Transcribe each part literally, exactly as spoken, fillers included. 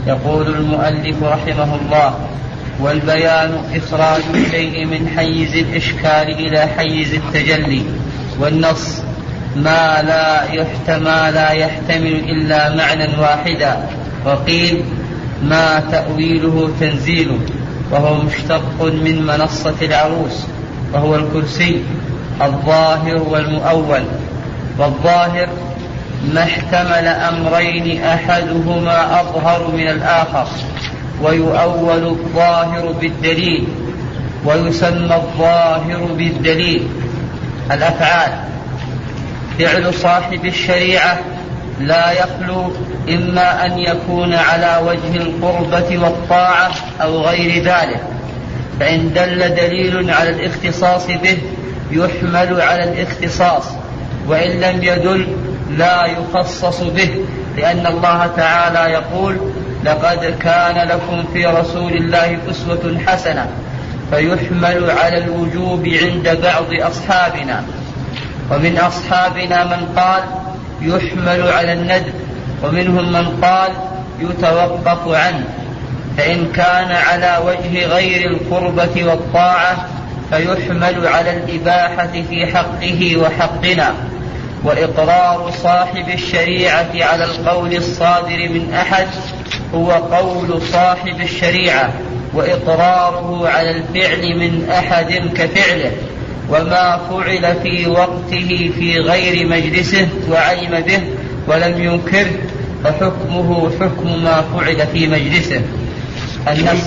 يقول المؤلف رحمه الله: والبيان إخراج الشيء من حيز الإشكال إلى حيز التجلي، والنص ما لا يحتمل لا يحتمل إلا معنى واحدا. وقيل ما تأويله تنزيله، وهو مشتق من منصة العروس، وهو الكرسي الظاهر والمؤول. والظاهر ما احتمل أمرين أحدهما أظهر من الآخر، ويؤول الظاهر بالدليل، ويسمى الظاهر بالدليل. الأفعال: فعل صاحب الشريعة لا يخلو إما أن يكون على وجه القربة والطاعة أو غير ذلك، فإن دل دليل على الاختصاص به يحمل على الاختصاص، وإن لم يدل لا يخصص به، لأن الله تعالى يقول: لقد كان لكم في رسول الله أسوة حسنة، فيحمل على الوجوب عند بعض أصحابنا. ومن أصحابنا من قال يحمل على الندب، ومنهم من قال يتوقف عنه، فإن كان على وجه غير القربة والطاعة فيحمل على الإباحة في حقه وحقنا. وإقرار صاحب الشريعة على القول الصادر من أحد هو قول صاحب الشريعة، وإقراره على الفعل من أحد كفعله، وما فعل في وقته في غير مجلسه وعلم به ولم ينكره فحكمه حكم ما فعل في مجلسه. النص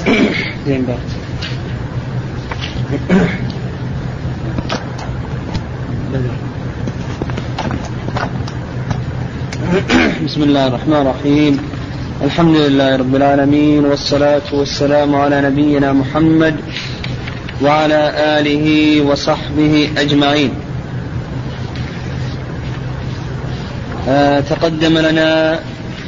بسم الله الرحمن الرحيم. الحمد لله رب العالمين، والصلاة والسلام على نبينا محمد وعلى آله وصحبه أجمعين. آه تقدم لنا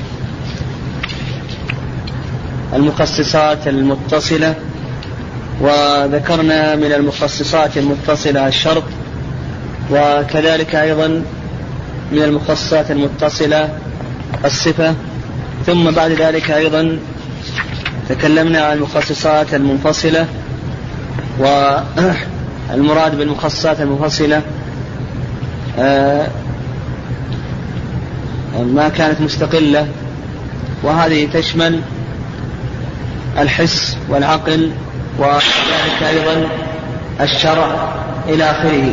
المخصصات المتصلة، وذكرنا من المخصصات المتصلة الشرط، وكذلك أيضا من المخصصات المتصلة الصفة، ثم بعد ذلك أيضا تكلمنا عن المخصصات المنفصلة. والمراد بالمخصصات المنفصلة ما كانت مستقلة، وهذه تشمل الحس والعقل وكذلك أيضا الشرع إلى آخره.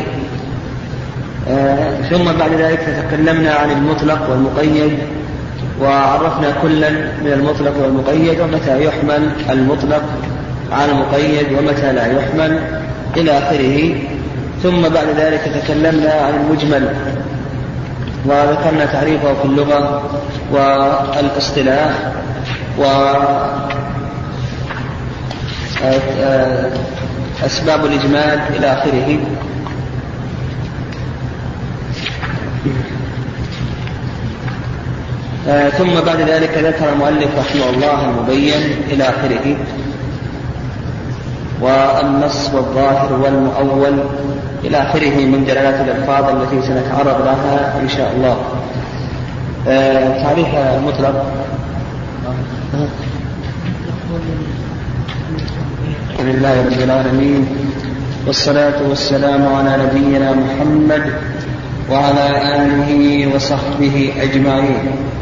ثم بعد ذلك تكلمنا عن المطلق والمقيد، وعرفنا كلا من المطلق والمقيد، ومتى يحمل المطلق على المقيد ومتى لا يحمل إلى آخره. ثم بعد ذلك تكلمنا عن المجمل، وذكرنا تعريفه في اللغة والاصطلاح وأسباب الإجمال إلى آخره. آه ثم بعد ذلك ذكر المؤلف رحمه الله المبين إلى آخره، والنص والظاهر والمؤول إلى آخره من دلالات الألفاظ التي سنتعرض لها إن شاء الله. آه تعريف مطلق: الحمد لله رب العالمين، والصلاة والسلام على نبينا محمد وعلى آله وصحبه أجمعين.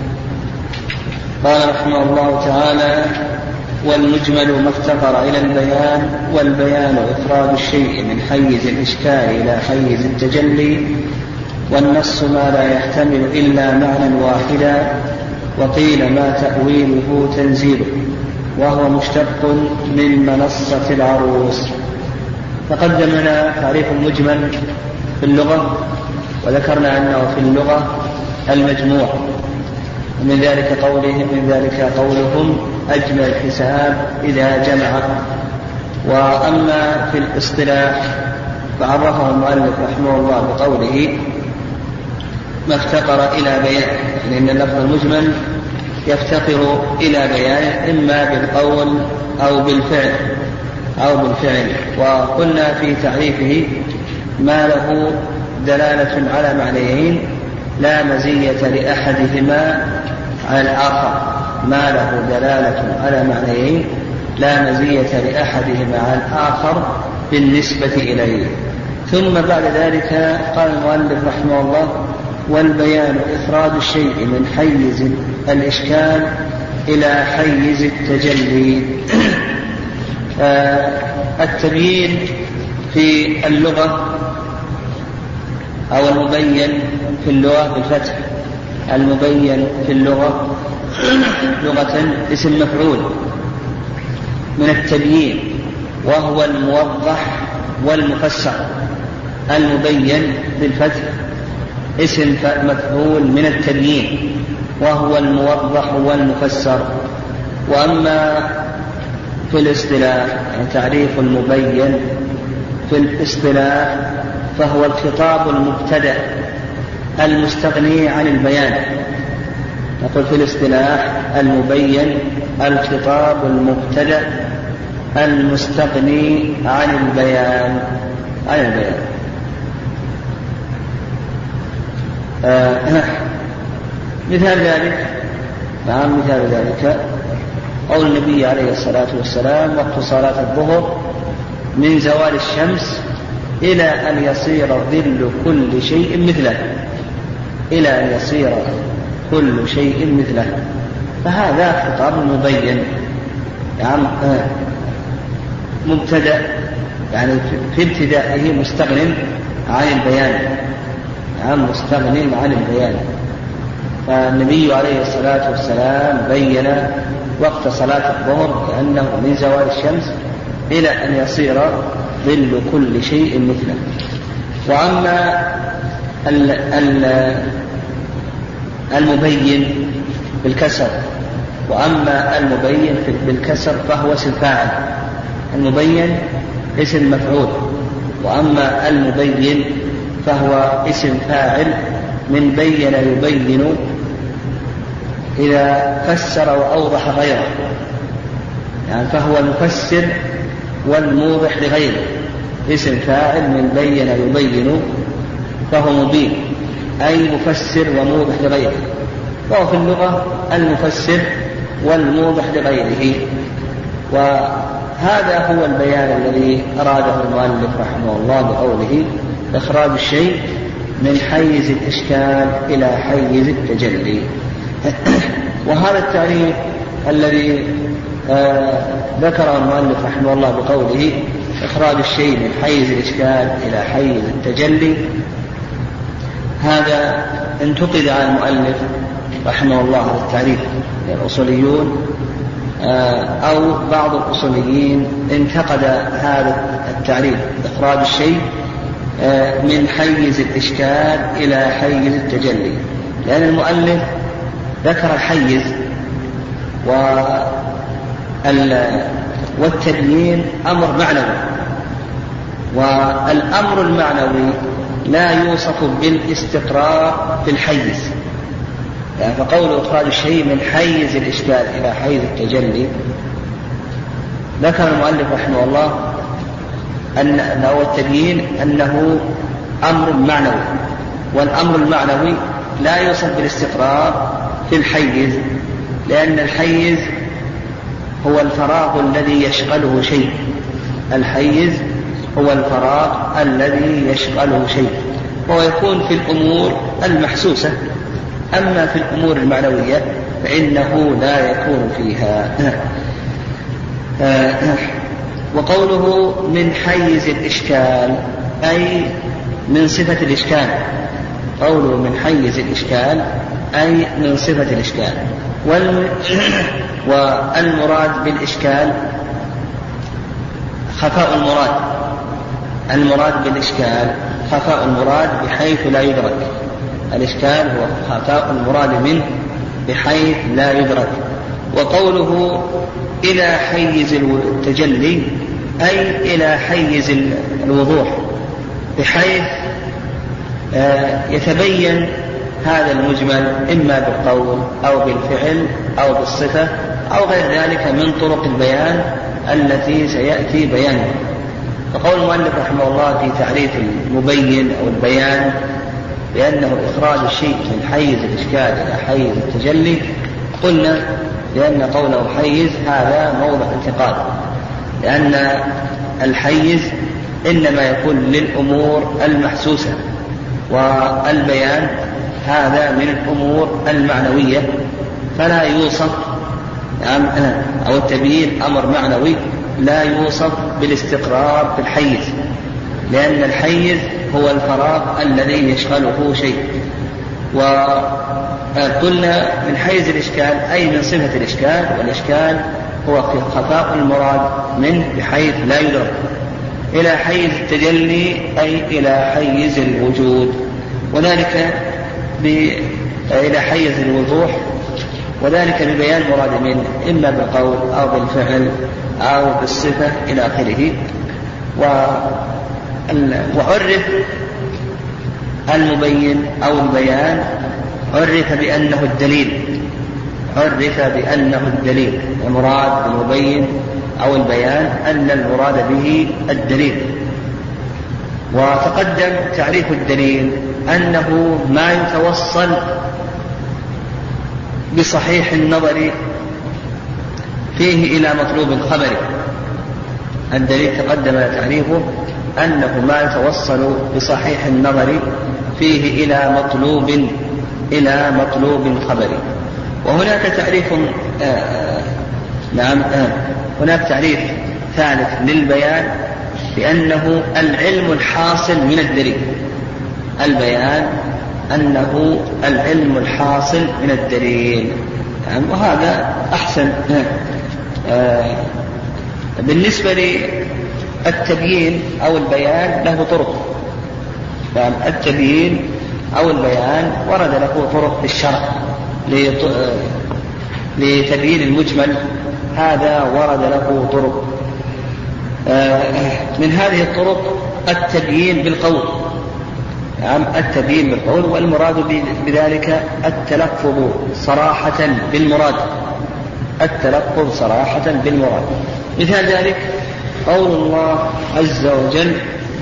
قال رحمه الله تعالى: والمجمل ما افتقر إلى البيان، والبيان إفراد الشيء من حيز الإشكال إلى حيز التجلي، والنص ما لا يحتمل إلا معنى واحدا. وقيل ما تأويله تنزيله، وهو مشتق من منصة العروس. تقدمنا تعريف المجمل في اللغة، وذكرنا أنه في اللغة المجموع، ومن ذلك قولهم من ذلك قولهم أجمل الحساب إذا جمع. وأما في الاصطلاح فعرفه المؤلف رحمه الله بقوله ما افتقر إلى بيان، لأن اللفظ المجمل يفتقر إلى بيان إما بالقول أو بالفعل أو بالفعل. وقلنا في تعريفه ما له دلالة على معنيين لا مزية لأحدهما على الآخر، ما له دلالة على معنيين لا مزية لأحدهما على الآخر بالنسبة إليه. ثم بعد ذلك قال المؤلف رحمه الله: والبيان إفراد الشيء من حيز الإشكال إلى حيز التجلي. التبيين في اللغة أو المبين في اللغة بالفتح، المبين في اللغة لغة اسم مفعول من التبيين، وهو الموضح والمفسر. المبين بالفتح اسم مفعول من التبيين، وهو الموضح والمفسر. وأما في الاصطلاح يعني تعريف المبين في الاصطلاح فهو الخطاب المبتدأ المستغني عن البيان. نقول في الاصطلاح المبين الخطاب المبتدأ المستغني عن البيان عن البيان آه. مثال ذلك نعم مثال ذلك قول النبي عليه الصلاة والسلام: وقت صلاة الظهر من زوال الشمس إلى أن يصير ظل كل شيء مثله، إلى أن يصير كل شيء مثله. فهذا خطاب مبين يعني مبتدأ، يعني في ابتدائه مستغن عن البيان، يعني مستغن عن البيان. فالنبي عليه الصلاة والسلام بين وقت صلاة الظهر كأنه من زوال الشمس إلى أن يصير ظل كل شيء مثله. وأما المبين بالكسر وأما المبين بالكسر فهو اسم فاعل. المبين اسم مفعول، وأما المبين فهو اسم فاعل من بين يبين إذا فسر وأوضح غيره، يعني فهو المفسر والموضح لغيره. اسم فاعل من بين يبين فهو مبين أي مفسر وموضح لغيره، وهو في اللغة المفسر والموضح لغيره. وهذا هو البيان الذي أراده المؤلف رحمه الله بقوله: إخراج الشيء من حيز الإشكال إلى حيز التجلي. وهذا التعريف الذي آه ذكره المؤلف رحمه الله بقوله: إخراج الشيء من حيز الإشكال إلى حيز التجلي، هذا انتقد على المؤلف رحمه الله هذا التعريف الأصوليون آه أو بعض الأصوليين انتقد هذا التعريف: إخراج الشيء آه من حيز الإشكال إلى حيز التجلي، لأن المؤلف ذكر الحيز والتبيين أمر معنوي، والأمر المعنوي لا يوصف بالاستقرار في الحيز. يعني فقول إخراج الشيء من حيز الإشكال إلى حيز التجلي، ذكر المؤلف رحمه الله أن أو التبيين أنه أمر معنوي، والأمر المعنوي لا يوصف بالاستقرار في الحيز، لأن الحيز هو الفراغ الذي يشغله شيء. الحيز هو الفراغ الذي يشغله شيء، وهو يكون في الأمور المحسوسة، أما في الأمور المعنوية فإنه لا يكون فيها. وقوله من حيز الإشكال أي من صفة الإشكال، قوله من حيز الإشكال أي من صفة الإشكال. والمراد بالإشكال خفاء المراد، المراد بالإشكال خفاء المراد بحيث لا يدرك. الإشكال هو خفاء المراد منه بحيث لا يدرك. وقوله إلى حيز التجلي أي إلى حيز الوضوح، بحيث يتبين هذا المجمل إما بالقول أو بالفعل أو بالصفة أو غير ذلك من طرق البيان التي سيأتي بيانها. فقول المؤلف رحمه الله في تعريف المبين أو البيان بأنه إخراج الشيء من حيز الإشكال إلى حيز التجلي، قلنا لأن قوله حيز هذا موضع انتقال، لأن الحيز إنما يكون للأمور المحسوسة، والبيان هذا من الأمور المعنوية، فلا يوصف أو التبيين أمر معنوي لا يوصف بالاستقرار في الحيز، لأن الحيز هو الفراغ الذي يشغله شيء. وقلنا من حيز الإشكال أي من صفة الإشكال، والإشكال هو خفاء المراد منه بحيث لا يدرك، إلى حيز التجلي أي إلى حيز الوجود، وذلك إلى حيز الوضوح، وذلك ببيان مراد منه إما بالقول أو بالفعل أو بالصفة إلى آخره. وعرف المبين أو البيان عرف بأنه الدليل، عرف بأنه الدليل، المراد بالمبين أو البيان أن المراد به الدليل. وتقدم تعريف الدليل أنه ما يتوصل بصحيح النظر فيه إلى مطلوب خبري. الدليل تقدم تعريفه أنه ما يتوصل بصحيح النظر فيه إلى مطلوب إلى مطلوب خبري. وهناك تعريف آه نعم آه هناك تعريف ثالث للبيان بأنه العلم الحاصل من الدليل. البيان أنه العلم الحاصل من الدليل، يعني وهذا أحسن. آه بالنسبة للتبيين أو البيان له طرق، يعني التبيين أو البيان ورد له طرق في الشرع لتبيين المجمل، هذا ورد له طرق. من هذه الطرق التبيين بالقول، نعم التبيين بالقول، والمراد بذلك التلفظ صراحة بالمراد، التلفظ صراحة بالمراد. مثال ذلك قول الله عز وجل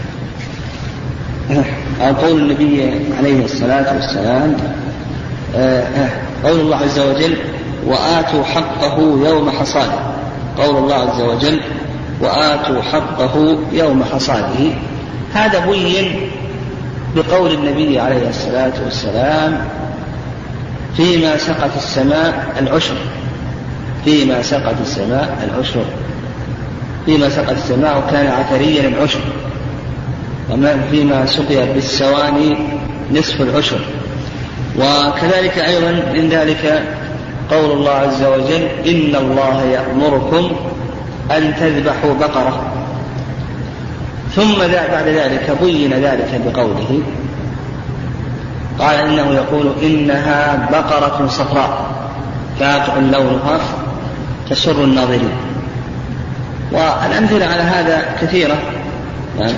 أو قول النبي عليه الصلاة والسلام، قول الله عز وجل وآتوا حقه يوم حصاده. قول الله عز وجل وآتوا حقه يوم حصاده، هذا بين بقول النبي عليه الصلاة والسلام فيما سقت السماء العشر، فيما سقت السماء العشر، فيما سقت السماء وكان عثريا العشر، وما فيما سقي بالسواني نصف العشر. وكذلك أيضا من ذلك قول الله عز وجل إن الله يأمركم أن تذبحوا بقرة، ثم بعد ذلك بين ذلك بقوله قال إنه يقول إنها بقرة صفراء فاتح لونها تسر الناظرين. والأمثلة على هذا كثيرة، يعني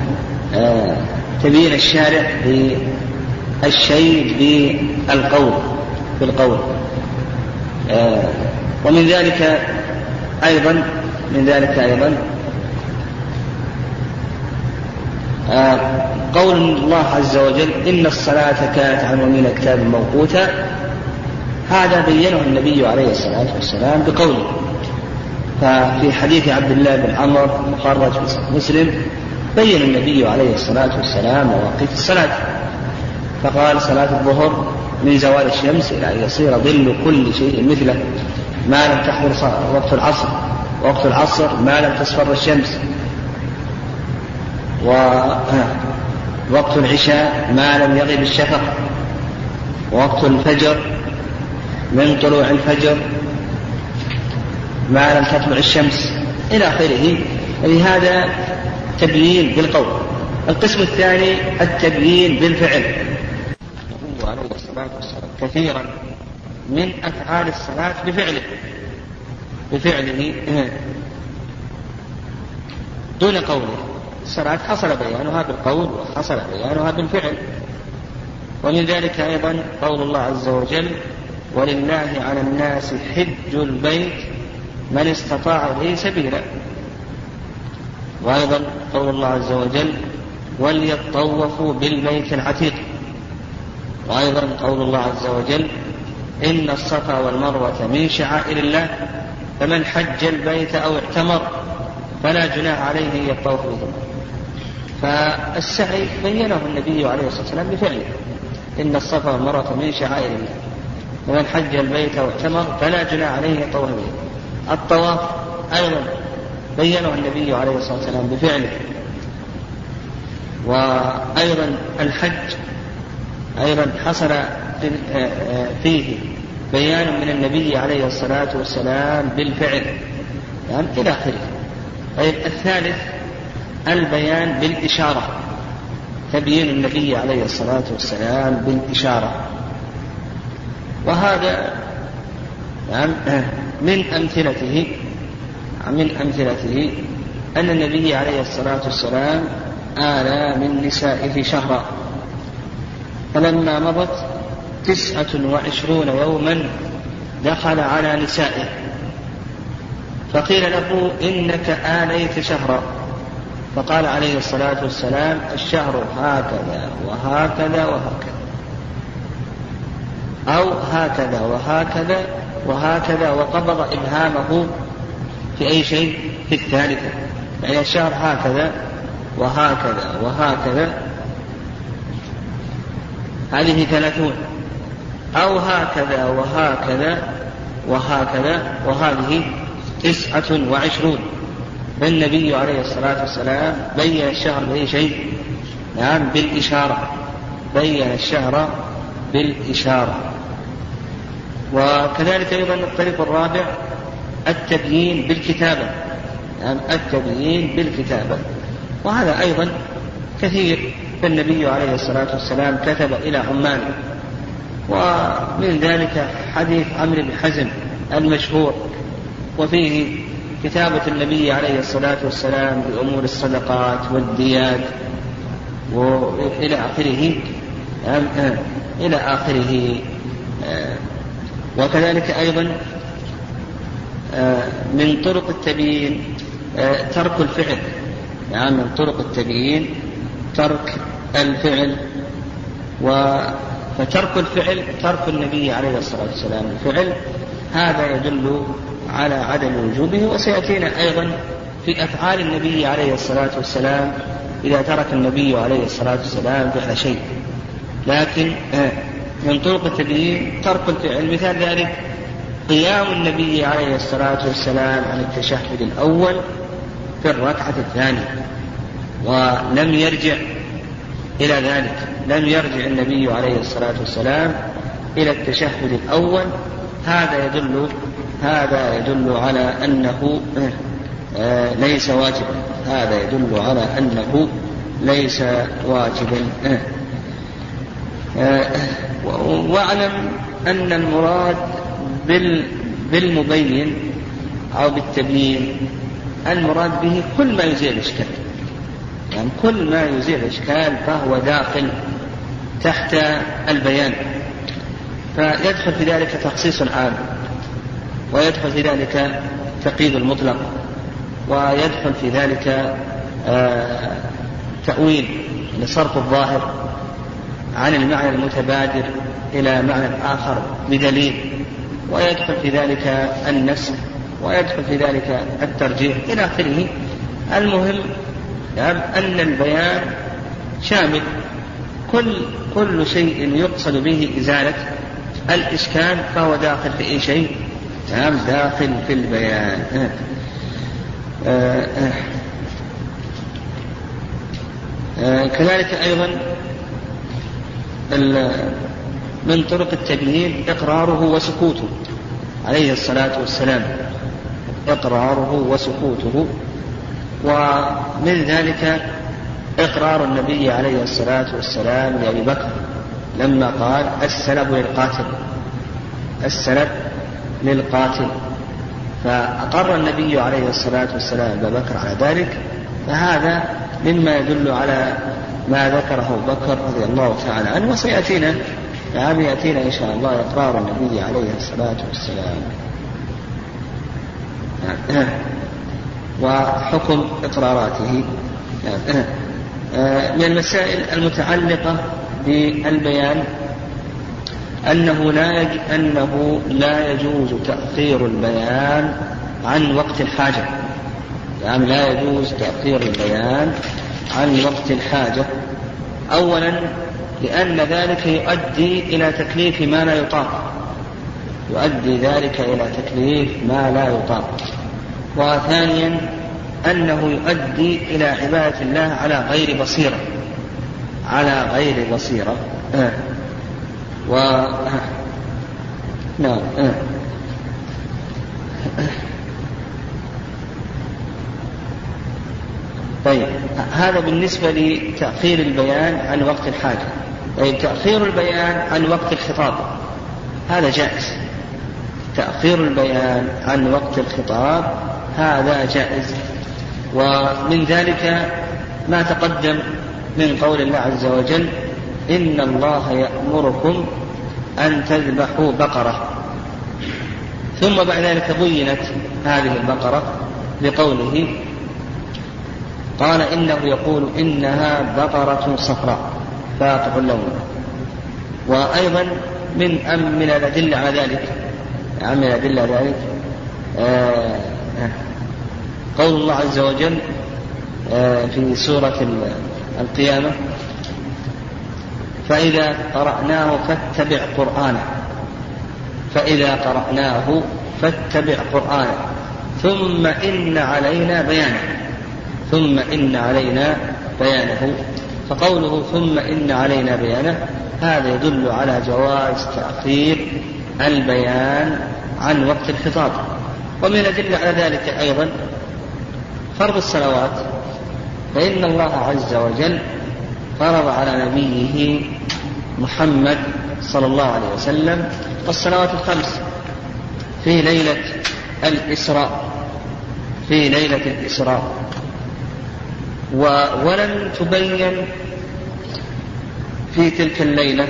تبين الشارع بالشيء بالقول بالقول ومن ذلك أيضا من ذلك أيضا قول الله عز وجل إن الصلاة كانت على المؤمنين كتابا موقوتا، هذا بينه النبي عليه الصلاة والسلام بقوله. ففي حديث عبد الله بن عمرو مخرج في صحيح مسلم بين النبي عليه الصلاة والسلام مواقيت الصلاة، فقال صلاة الظهر من زوال الشمس إلى أن يصير ظل كل شيء مثله ما لم تحضر وقت العصر، وقت العصر ما لم تصفر الشمس، ووقت العشاء ما لم يغب الشفق، ووقت الفجر من طلوع الفجر ما لم تطلع الشمس إلى آخره. لهذا تبيين بالقول. القسم الثاني التبيين بالفعل. النبي عليه الصلاة والسلام كثيرا من أفعال الصلاة بفعله بفعله دون قوله. الصلاة حصل بيانها بالقول وحصل بيانها بالفعل. ومن ذلك أيضا قول الله عز وجل ولله على الناس حج البيت من استطاع إليه سبيلا. وأيضا قول الله عز وجل وليطوفوا بالبيت العتيق. وأيضا قول الله عز وجل إن الصفا والمروة من شعائر الله فمن حج البيت أو اعتمر فلا جناح عليه يطوف بهما. فالسعي بينه النبي عليه الصلاة والسلام بفعله، إن الصفا والمروة من شعائر الله فمن حج البيت أو اعتمر فلا جناح عليه يطوف بهما. الطواف أيضا بينه النبي عليه الصلاة والسلام بفعله. وأيضا الحج أيضا حصل فيه بيان من النبي عليه الصلاة والسلام بالفعل، يعني إلى آخره. الثالث البيان بالإشارة، تبيين النبي عليه الصلاة والسلام بالإشارة. وهذا يعني من أمثلته من أمثلته أن النبي عليه الصلاة والسلام آلى من نسائه شهرا، فلما مضت تسعة وعشرون يوما دخل على نسائه فقيل له إنك آليت شهرا، فقال عليه الصلاة والسلام الشهر هكذا وهكذا وهكذا، أو هكذا وهكذا وهكذا، وقبض إبهامه في أي شيء في الثالثة، يعني الشهر هكذا وهكذا وهكذا، هذه ثلاثون، أو هكذا وهكذا وهكذا، وهذه تسعة وعشرون. فالنبي عليه الصلاة والسلام بين الشهر بأي شيء؟ نعم بالإشارة، بين الشهر بالإشارة. وكذلك أيضا الطريق الرابع التبيين بالكتابة، نعم التبيين بالكتابة، وهذا أيضا كثير. فالنبي عليه الصلاة والسلام كتب إلى عمانه، ومن ذلك حديث عمرو بن حزم المشهور، وفيه كتابة النبي عليه الصلاة والسلام بأمور الصدقات والديات وإلى آخره إلى آخره. وكذلك أيضا من طرق التبيين ترك الفعل، يعني من طرق التبيين ترك الفعل. فترك الفعل ترك النبي عليه الصلاة والسلام الفعل، هذا يدل على عدم وجوبه. وسيأتينا أيضا في أفعال النبي عليه الصلاة والسلام إذا ترك النبي عليه الصلاة والسلام فعل شيء. لكن من طرق التبيين ترك الفعل، مثال ذلك قيام النبي عليه الصلاة والسلام عن التشهد الأول في الركعة الثانية ولم يرجع إلى ذلك، لم يرجع النبي عليه الصلاة والسلام إلى التشهد الأول، هذا يدل هذا يدل على أنه ليس واجبا، هذا يدل على أنه ليس واجبا. واعلم أن المراد بالمبين أو بالتبيين المراد به كل ما يزيل الإشكال، يعني كل ما يزيل الإشكال فهو داخل تحت البيان، فيدخل في ذلك تخصيص عام، ويدخل في ذلك تقييد المطلق، ويدخل في ذلك آه تأويل لصرف الظاهر عن المعنى المتبادر إلى معنى آخر بدليل، ويدخل في ذلك النسخ، ويدخل في ذلك الترجيح إلى آخره. المهم يعني أن البيان شامل كل كل شيء يقصد به إزالة الإشكال فهو داخل في أي شيء، نعم داخل في البيان. آه آه آه كذلك أيضا من طرق التبيين إقراره وسكوته عليه الصلاة والسلام، إقراره وسكوته. ومن ذلك إقرار النبي عليه الصلاة والسلام لأبي بكر لما قال السلب للقاتل، السلب للقاتل، فأقر النبي عليه الصلاة والسلام أبا بكر على ذلك، فهذا مما يدل على ما ذكره بكر رضي الله تعالى عنه. وسيأتينا يعني يأتينا إن شاء الله إقرار النبي عليه الصلاة والسلام وحكم إقراراته. من المسائل المتعلقة بالبيان أنه لا يج... أنه لا يجوز تأخير البيان عن وقت الحاجة. يعني لا يجوز تأخير البيان عن وقت الحاجة. أولا لأن ذلك يؤدي إلى تكليف ما لا يطاق، يؤدي ذلك إلى تكليف ما لا يطاق. وثانيا أنه يؤدي إلى عبادة الله على غير بصيرة، على غير بصيرة. آه. و نعم. آه. طيب هذا بالنسبة لتأخير البيان عن وقت الحاجة. طيب تأخير البيان عن وقت الخطاب هذا جائز، تأخير البيان عن وقت الخطاب هذا جائز. ومن ذلك ما تقدم من قول الله عز وجل: إن الله يأمركم أن تذبحوا بقرة. ثم بعد ذلك بينت هذه البقرة بقوله: قال إنه يقول إنها بقرة صفراء فاقع اللون. وأيضا من أم من الأدلة على ذلك من الأدلة على ذلك آه قول الله عز وجل آه في سورة القيامة: فإذا قرأناه فاتبع قرآنه فإذا قرأناه فاتبع قرآنه ثم إن علينا بيانه ثم إن علينا بيانه. فقوله ثم إن علينا بيانه هذا يدل على جواز تأخير البيان عن وقت الخطاب. ومن الأدلة على ذلك أيضا فرض الصلوات، فإن الله عز وجل فرض على نبيه محمد صلى الله عليه وسلم الصلوات الخمس في ليلة الإسراء في ليلة الإسراء ولم تبين في تلك الليلة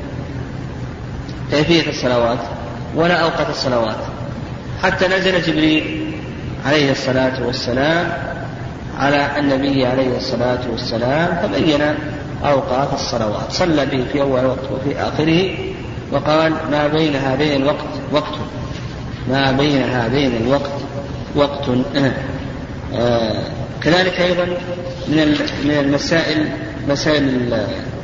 كيفية الصلوات ولا أوقات الصلوات، حتى نزل جبريل عليه الصلاة والسلام على النبي عليه الصلاة والسلام فبين أوقات الصلوات، صلى به في أول وقت وفي آخره، وقال: ما بين هذين الوقت وقت ما بين هذين الوقت وقت. آه. آه. كذلك أيضا من من المسائل مسائل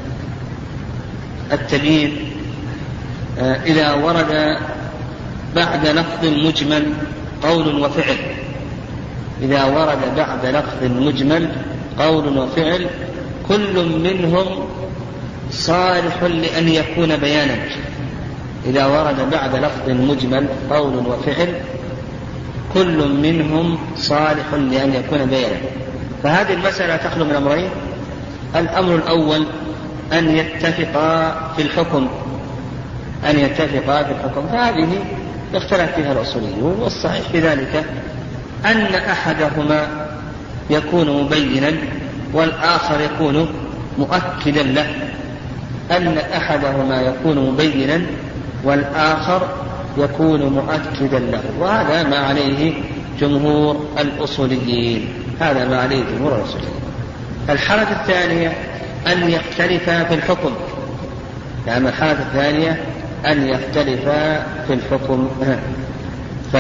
التبيين آه إذا ورد بعد لفظ مجمل قول وفعل إذا ورد بعد لفظ مجمل قول وفعل كل منهم صالح لأن يكون بيانا. إذا ورد بعد لفظ مجمل قول وفعل كل منهم صالح لأن يكون بيانا. فهذه المسألة تخلو من أمرين: الأمر الأول أن يتفقا في الحكم أن يتفقا في الحكم فهذه يختلف فيها الأصوليون، والصحيح في ذلك أن أحدهما يكون مبينا والآخر يكون مؤكدا له أن أحدهما يكون مبينا والآخر يكون مؤكدا له. وهذا ما عليه جمهور الأصوليين هذا ما عليه جمهور الأصوليين. الحالة الثانية أن يختلفا في الحكم يعني الحالة الثانية أن يختلفا في الحكم ف...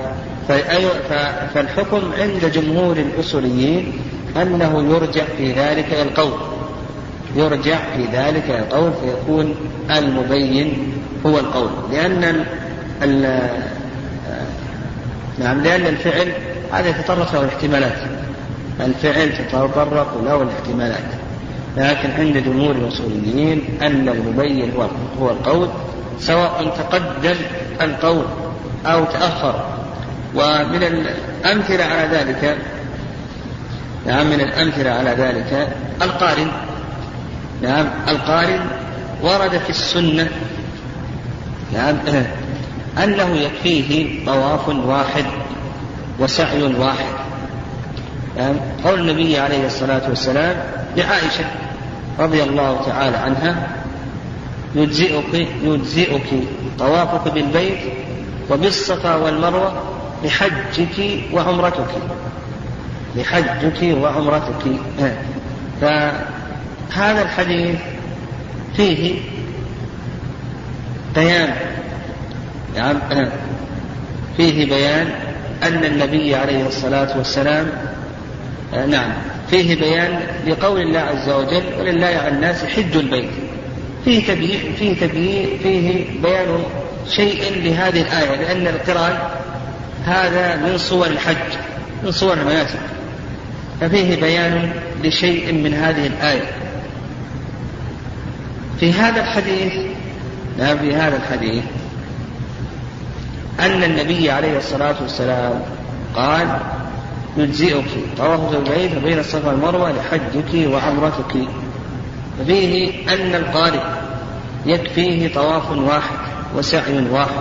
فالحكم عند جمهور الأصوليين أنه يرجع في ذلك القول يرجع في ذلك القول فيكون المبين هو القول، لأن ال... ال... نعم لأن الفعل هذا يتطرق له الاحتمالات الفعل تتطرق له الاحتمالات لكن عند جمهور الأصوليين أن المبين هو, هو القول سواء تقدم القول أو تأخر. ومن الأمثلة على ذلك نعم من الأمثلة على ذلك القارن نعم القارن ورد في السنة نعم أنه يكفيه طواف واحد وسعي واحد. نعم قول النبي عليه الصلاة والسلام لعائشة رضي الله تعالى عنها: يجزئك, يجزئك طوافك بالبيت وبالصفا والمروة لحجك وعمرتك لحجك وعمرتك. فهذا الحديث فيه بيان نعم فيه بيان أن النبي عليه الصلاة والسلام نعم فيه بيان لقول الله عز وجل ولله على الناس حج البيت، فيه تبيين فيه تبيين فيه بيان شيء لهذه الآية، لأن القران هذا من صور الحج من صور المناسك، ففيه بيان لشيء من هذه الآية. في هذا الحديث نعم في هذا الحديث أن النبي عليه الصلاة والسلام قال يجزئك طواف البيت بين الصفا والمروة لحجك وعمرتك، ففيه أن القارئ يكفيه طواف واحد وسعي واحد.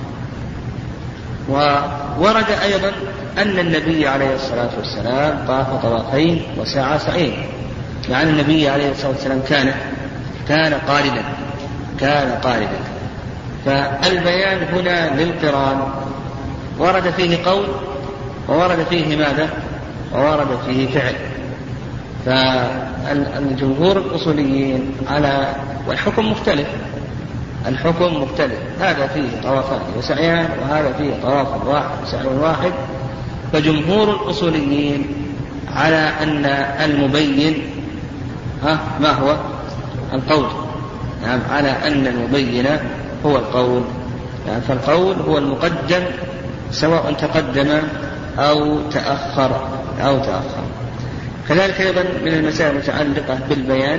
وورد أيضا أن النبي عليه الصلاة والسلام طاف طوافين وسعى سعيين، يعني النبي عليه الصلاة والسلام كان كان قارنا كان قارنا فالبيان هنا للقران ورد فيه قول وورد فيه ماذا؟ وورد فيه فعل. فالجمهور الأصوليين على والحكم مختلف الحكم مختلف هذا فيه طوافان وسعيان وهذا فيه طواف واحد وسعي واحد. فجمهور الأصوليين على أن المبين ها ما هو القول، يعني على أن المبين هو القول، يعني فالقول هو المقدم سواء تقدم أو تأخر أو تأخر. كذلك أيضا من المسائل المتعلقة بالبيان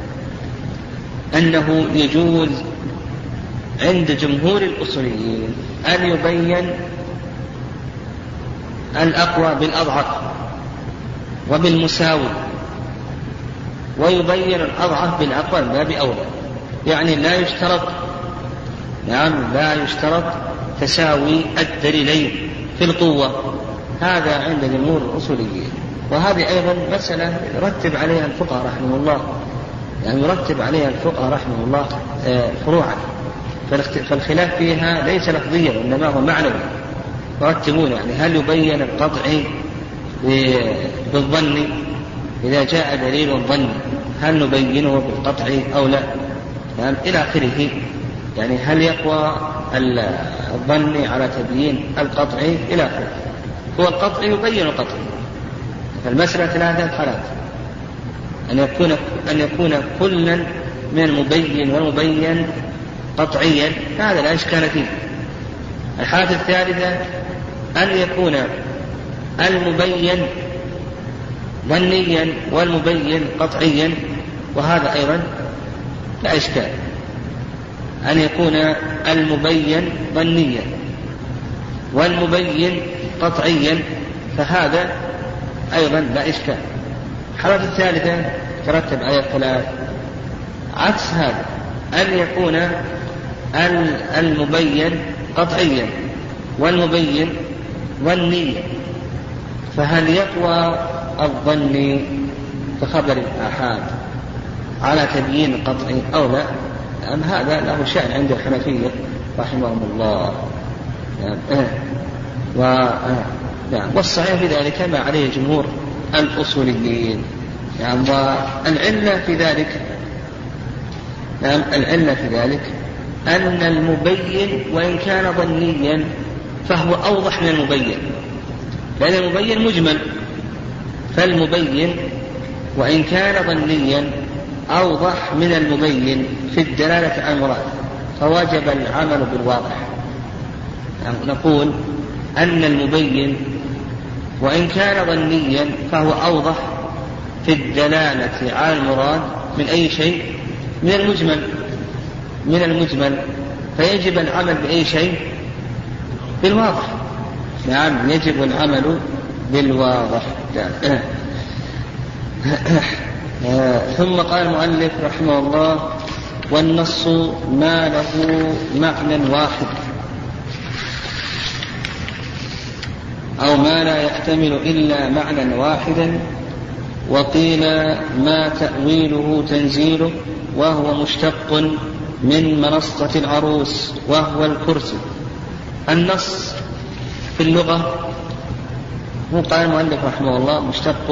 أنه يجوز عند جمهور الأصوليين أن يبين الأقوى بالأضعف وبالمساوي، ويبين الأضعف بالأقوى من باب أولى، يعني لا يشترط نعم لا يشترط تساوي الدليلين في القوة، هذا عند جمهور الأصوليين. وهذه أيضا مسألة يرتب عليها الفقهاء رحمه الله، يعني يرتب عليها الفقهاء رحمه الله فروعا، فالخلاف فيها ليس لفظيا وإنما هو معنوي، يرتبون يعني هل يبين القطع بالظن إذا جاء دليل الظن هل نبينه بالقطع أو لا، يعني إلى آخره، يعني هل يقوى الظن على تبيين القطع إلى آخره. هو القطع يبين القطع، فالمسألة ثلاثة حالات، أن يكون أن يكون كلا من المبين والمبين قطعيا، هذا لا إشكال فيه. الحالة الثالثة أن يكون المبين ظنيا والمبين قطعيا، وهذا أيضا لا إشكال. أن يكون المبين ظنيا والمبين قطعيا، فهذا أيضا لا إشكال. الحالة الثالثة ترتب على الثلاث عكس هذا، أن يكون المبين قطعيا والمبين ظنيا، فهل يقوى الظن بخبر الآحاد على تبيين القطعي أو لا؟ أم هذا له شأن عند الحنفية رحمهم الله. والصحيح في ذلك ما عليه جمهور الأصوليين. يعني والعلة في ذلك نعم العلة في ذلك أن المبين وإن كان ظنيا فهو أوضح من المبين، لأن المبين مجمل، فالمبين وإن كان ظنيا أوضح من المبين في الدلالة على المراد، فوجب العمل بالواضح. يعني نقول أن المبين وإن كان ظنيا فهو أوضح في الدلالة على المراد من أي شيء؟ من المجمل من المجمل فيجب العمل بأي شيء؟ بالواضح. نعم يجب العمل بالواضح. ثم قال المؤلف رحمه الله: والنص ما له معنى واحد أو ما لا يحتمل إلا معنى واحدا، وقيل ما تأويله تنزيله وهو مشتق من منصة العروس وهو الكرسي. النص في اللغة هو قال المؤلف رحمه الله مشتق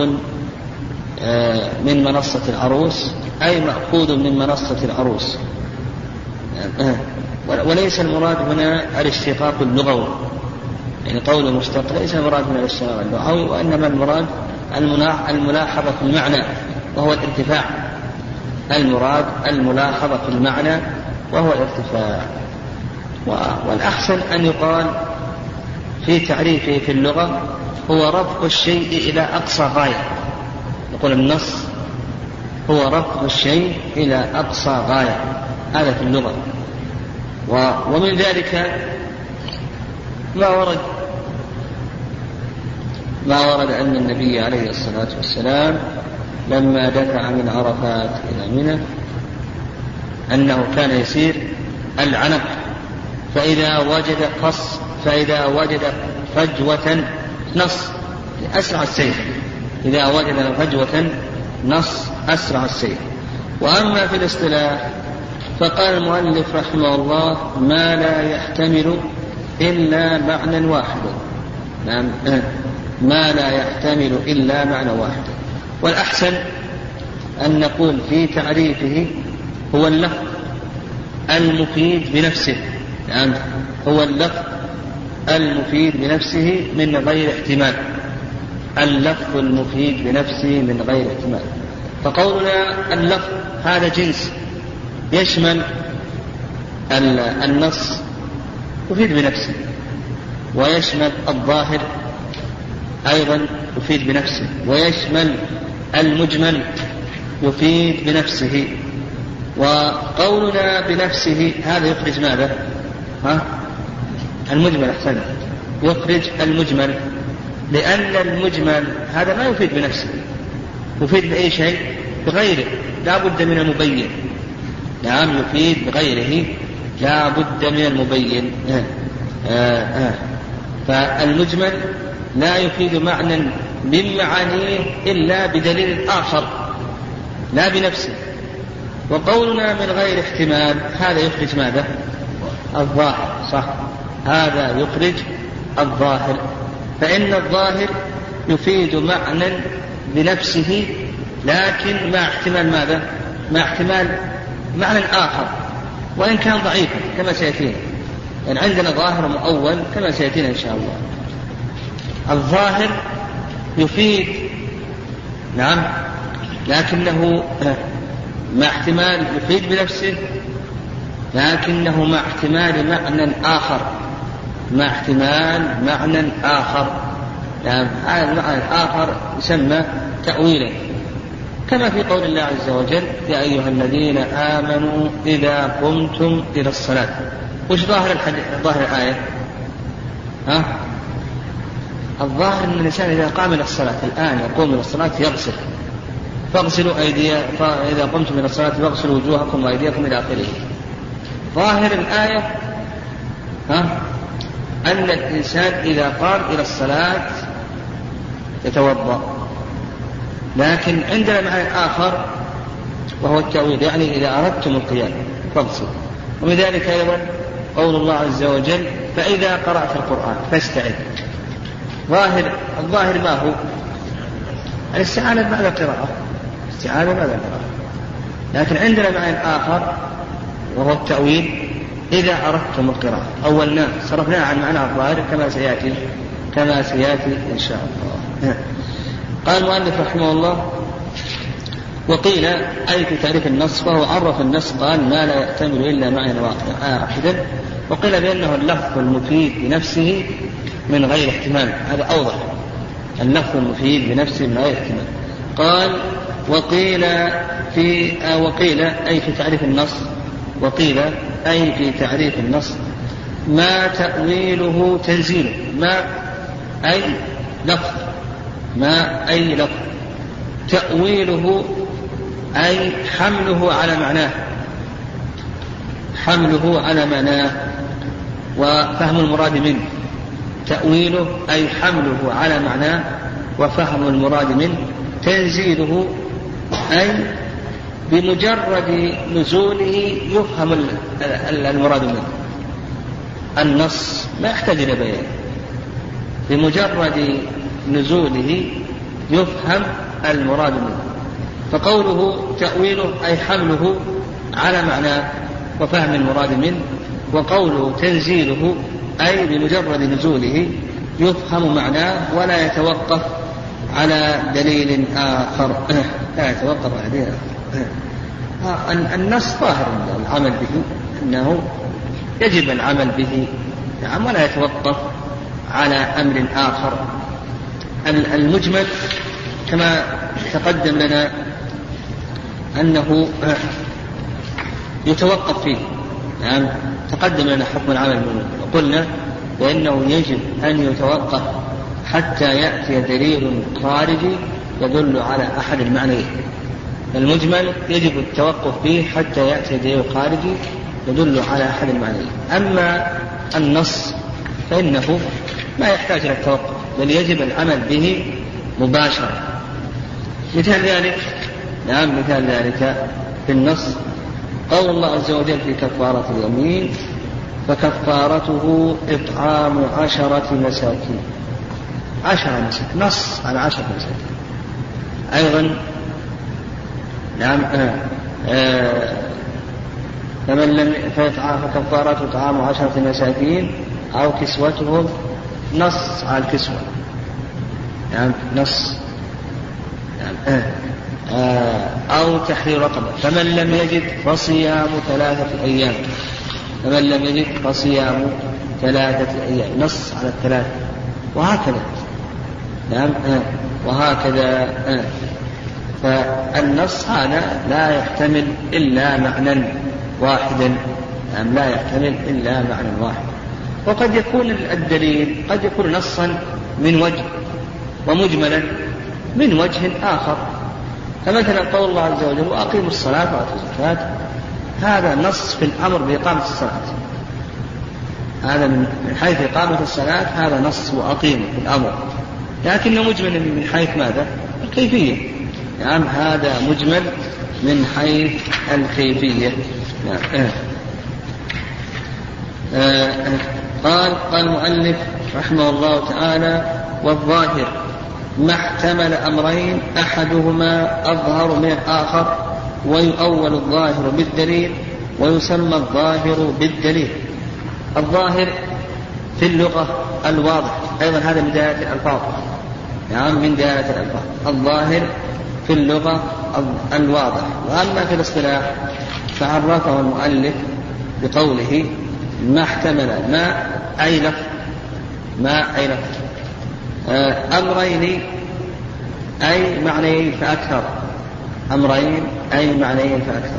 من منصة العروس، أي مأخوذ من منصة العروس. وليس المراد هنا الاشتقاق اللغوي، يعني قول مشتق ليس المراد هنا الاشتقاق اللغوي، وإنما المراد الملاحظة في المعنى وهو الارتفاع. المراد الملاحظة في المعنى وهو الارتفاع. والأحسن أن يقال في تعريفه في اللغة هو رفع الشيء إلى أقصى غاية. يقول النص هو رفع الشيء إلى أقصى غاية، هذا في اللغة. ومن ذلك ما ورد ما ورد أن النبي عليه الصلاة والسلام لما دفع من عرفات إلى منى أنه كان يسير العنق، فإذا وجد قص فإذا وجد فجوة نص أسرع السير، إذا وجد فجوة نص أسرع السير. وأما في الاصطلاح فقال المؤلف رحمه الله ما لا يحتمل إلا معنى واحد، ما لا يحتمل إلا معنى واحد. والأحسن أن نقول في تعريفه هو اللفظ المفيد بنفسه، يعني هو اللفظ المفيد بنفسه من غير احتمال، اللفظ المفيد بنفسه من غير احتمال. فقولنا اللفظ هذا جنس يشمل النص يفيد بنفسه، ويشمل الظاهر أيضا يفيد بنفسه، ويشمل المجمل يفيد بنفسه. وقولنا بنفسه هذا يخرج ماذا؟ ها؟ المجمل. أحسن، يخرج المجمل، لأن المجمل هذا ما يفيد بنفسه، يفيد بأي شيء بغيره، لا بد من المبين. نعم، يفيد بغيره لا بد من المبين. آه آه. فالمجمل لا يفيد معنى من معانيه إلا بدليل آخر لا بنفسه. وقولنا من غير احتمال هذا يخرج ماذا؟ الظاهر. صح، هذا يخرج الظاهر، فإن الظاهر يفيد معنى بنفسه لكن مع احتمال ماذا؟ مع احتمال معنى آخر وإن كان ضعيفا كما سيأتينا، يعني عندنا ظاهر مؤول كما سيأتينا إن شاء الله. الظاهر يفيد نعم لكنه مع احتمال يفيد بنفسه، لكنه مع احتمال معنى آخر، مع احتمال معنى آخر. يعني هذا المعنى الآخر يسمى تأويلا، كما في قول الله عز وجل يا أيها الذين آمنوا إذا قمتم إلى الصلاة. وش ظاهر الحديث؟ ظاهر الآية ها؟ الظاهر أن الإنسان إذا قام إلى الصلاة الآن يقوم إلى الصلاة يغسل، فاغسلوا أيديكم فإذا قمتم إلى الصلاة فاغسلوا وجوهكم وأيديكم إلى آخره. ظاهر الآية ها؟ أن الإنسان إذا قام إلى الصلاة يتوضأ، لكن عندنا معنى آخر وهو التأويل، يعني إذا أردتم القيام فاغسلوا. ومن ذلك أيضا قول الله عز وجل فإذا قرأت القرآن فاستعذ. ظاهر الظاهر ما هو؟ الاستعانة بعد القراءة، استعانة بعد القراءة، لكن عندنا معنى آخر وهو التأويل إذا أردتم القراءة. أولنا صرفنا عن معنى الظاهر كما سيأتي كما سيأتي إن شاء الله. قال المؤلف رحمه الله وقيل أي في تعريف النص، فهو عرف النص قال ما لا يحتمل إلا معنى واحدا، وقيل بأنه اللفظ المفيد بنفسه من غير احتمال، هذا أوضح، اللفظ المفيد بنفسه من غير احتمال. قال وقيل في آه وقيل أي في تعريف النص، وقيل أي في تعريف النص ما تأويله تنزيله، ما أي لفظ، ما أي لفظ، تأويله أي حمله على معناه، حمله على معناه وفهم المراد منه. تأويله أي حمله على معناه وفهم المراد منه. تنزيله أي بمجرد نزوله يفهم المراد منه. النص ما يحتاج إلى بيان، بمجرد نزوله يفهم المراد منه. فقوله تأويله أي حمله على معناه وفهم المراد منه وقوله تنزيله أي بمجرد نزوله يفهم معناه ولا يتوقف على دليل آخر لا يتوقف على دليل آخر. النص ظاهر العمل به أنه يجب العمل به نعم ولا يتوقف على أمر آخر. المجمل كما تقدم لنا أنه يتوقف فيه نعم تقدم لنا حكم العمل وقلنا وإنه يجب أن يتوقف حتى يأتي دليل خارجي يدل على أحد المعنيين. المجمل يجب التوقف فيه حتى يأتي دليل خارجي يدل على أحد المعنيين. أما النص فإنه ما يحتاج إلى التوقف بل يجب العمل به مباشرة. مثال ذلك نعم مثال ذلك في النص قول الله عز وجل في كفارة اليمين فكفارته إطعام عشرة مساكين. عشرة مساكين نص على عشرة مساكين. أيضا نعم آه آه فمن لم فكفارته إطعام عشرة مساكين أو كسوتهم نص على الكسوة نعم نص نعم آه آه أو تحرير رقبة. فمن لم يجد فصيام ثلاثة أيام. فمن لم يجد فصيام ثلاثة أيام نص على الثلاثة وهكذا نعم آه وهكذا آه فالنص هذا لا يحتمل إلا معنى واحدا نعم لا يحتمل إلا معنى واحد. وقد يكون الدليل قد يكون نصا من وجه ومجملا من وجه آخر. فمثلا قول الله عز وجل وأقيموا الصلاة وآتوا الزكاة هذا نص في الأمر بإقامة الصلاة. هذا من حيث إقامة الصلاة هذا نص وأقيموا في الأمر لكنه مجمل من حيث ماذا؟ الكيفية نعم هذا مجمل من حيث الكيفية نعم. آه. آه. قال قال المؤلف رحمه الله تعالى والظاهر ما احتمل أمرين أحدهما أظهر من الآخر ويؤول الظاهر بالدليل ويسمى الظاهر بالدليل. الظاهر في اللغة الواضح أيضا هذا من دلالة الألفاظ نعم من دلالة الألفاظ. الظاهر في اللغة الواضح. وأما في الاصطلاح فعرفه المؤلف بقوله ما احتمل ما أي لفظ ما أي لفظ أمرين أي معنيين فأكثر. أمرين أي معنيين فأكثر.